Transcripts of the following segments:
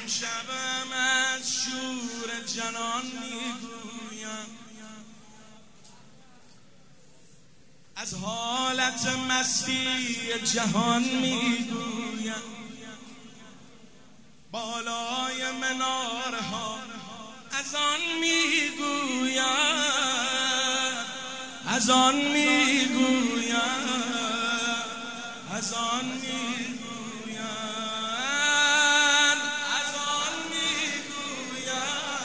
امشبم از شور جنان میگویم، از حالت مستی جهان میگویم، بالای منارها از آن میگویم، از آن میگویم، از آن میگویم، از آن میگویم.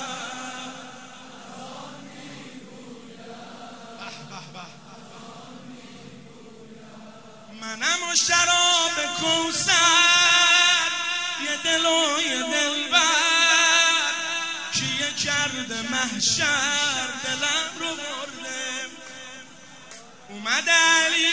منم و شراب کوثر، یه دل و یه دلبر، کیه کرده محشر دلم رو برده. اومد علی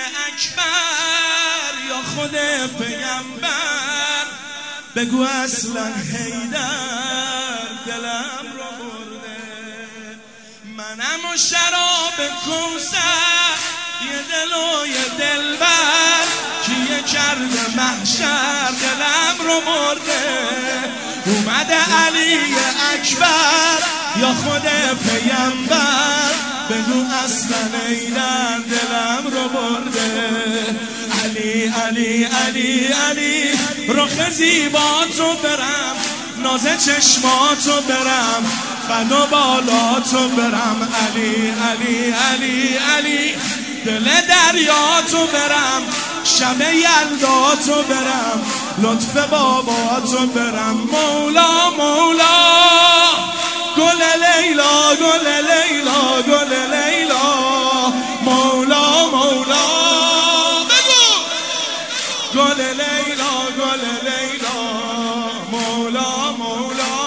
اکبر یا خود پیغمبر، بگو اصلا حیدر دلم رو برده. منم و شراب کوثر، یه دل و یه دلبر، کیه کرده محشر دلم رو برده. اومده علی اکبر یا خود پیغمبر، بگو اصلا حیدر دلم رو برده. علی علی علی علی رخ زیباتو برم، ناز چشماتو برم، قد و بالاتو برم. علی علی علی علی دل دریاتو برم، شب یلداتو برم، لطف باباتو برم. مولا مولا گل لیلا گل لیلا گل لیلا، مولا مولا بگو گل لیلا گل لیلا، مولا مولا.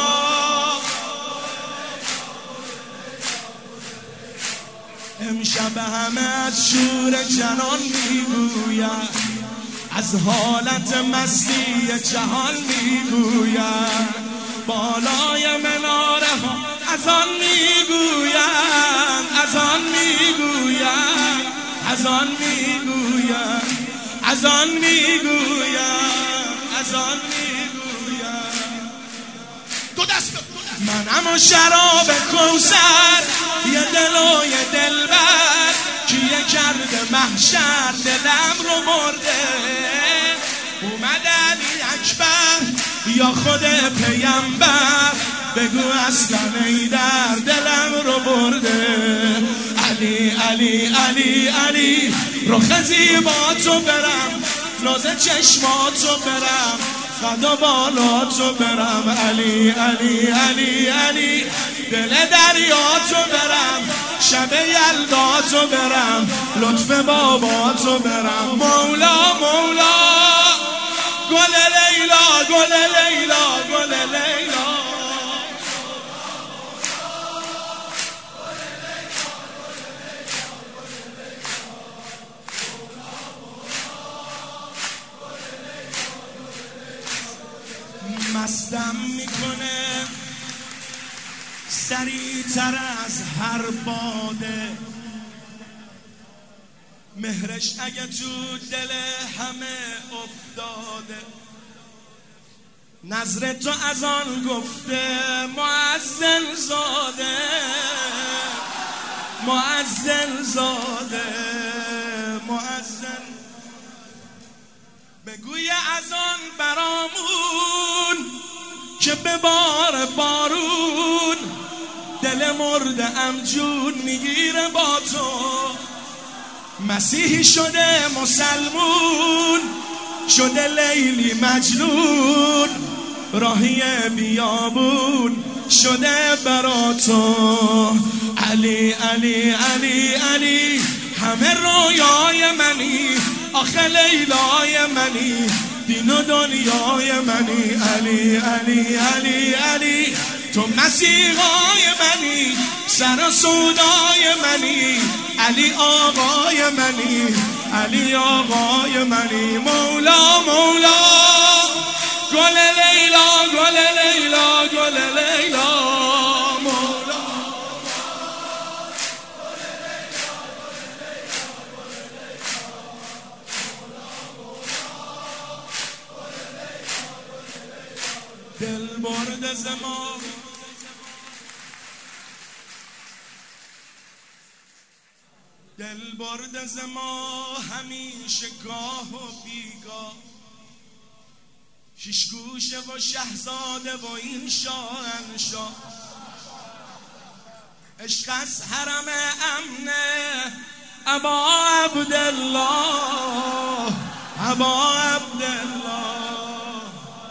امشب همه از شور جنان میگویم، از حالت مستی جهان میگویم، بالای مناره ها از آن میگویم، از آن میگویم، از آن میگویم، از آن میگویم، از آن میگویم. دو دست منم و شراب کوثر، یه دل و یه دلبر، کیه کرده محشر دلم رو برده. اومد علی اکبر یا خود پیغمبر، بگو اصلا حیدر دلم رو برده. علی علی علی علی رخ زیباتو برم، ناز چشماتو برم، قد و بالاتو برم. علی علی علی علی دل دریاتو برم، شب یلداتو برم، لطف باباتو برم. مولا مولا گل لیلا گل لیلا گل لیلا. مستم میکنه سریعتر از هر باده، مهرش اگه تو دل همه افتاده. نظر تو از آن گفته مؤذن زاده، مؤذن زاده، مؤذن. بگوی از آن برامون که به بار بارون، دل مرده ام جون میگیره با تو. مسیحی شده مسلمون، شده لیلی مجنون، راهی بیابون شده برا تو. علی علی علی علی همه رویای منی، آخه لیلای منی، دین و دنیای منی. علی علی علی علی تو مسیحای منی، سر و سودای منی، علی آقای منی، علی آقای منی. مولا مولا گل لیلا گل لیلا گل لیلا، مولا. دل برده ز ما دل برده ز ما همیشه گاه و بیگاه شش گوشه و شهزاده و این شاهنشاه عشق از حرم امنه ابا عبدالله ابا عبدالله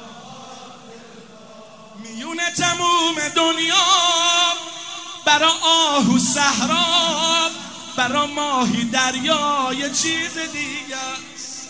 میون تموم دنیا برا آهو صحرا برا ماهی دریا یه چیز دیگه است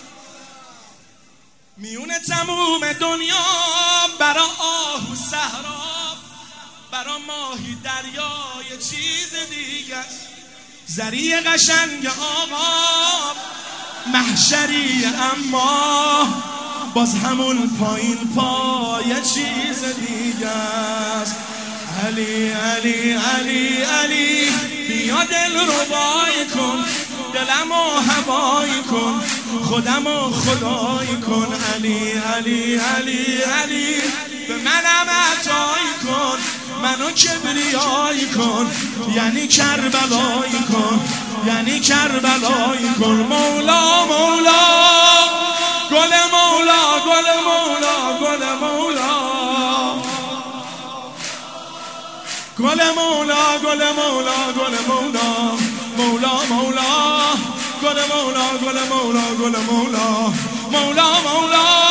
میون تموم دنیا برا آهو صحرا برا ماهی دریا یه چیز دیگه است زری قشنگ آقا محشری اما باز همون پایین پا یه چیز دیگه است علی علی علی علی بیا دل ربای کن دلمو هوایی کن خودمو خدایی کن علی علی علی علی به منم عطایی کن منو کبریایی کن یعنی کربلایی کن یعنی کربلایی کن مولا مولا گل مولا گل مولا گل مولا گل مولا گل مولا گل مولا مولا مولا گل مولا گل مولا گل مولا مولا مولا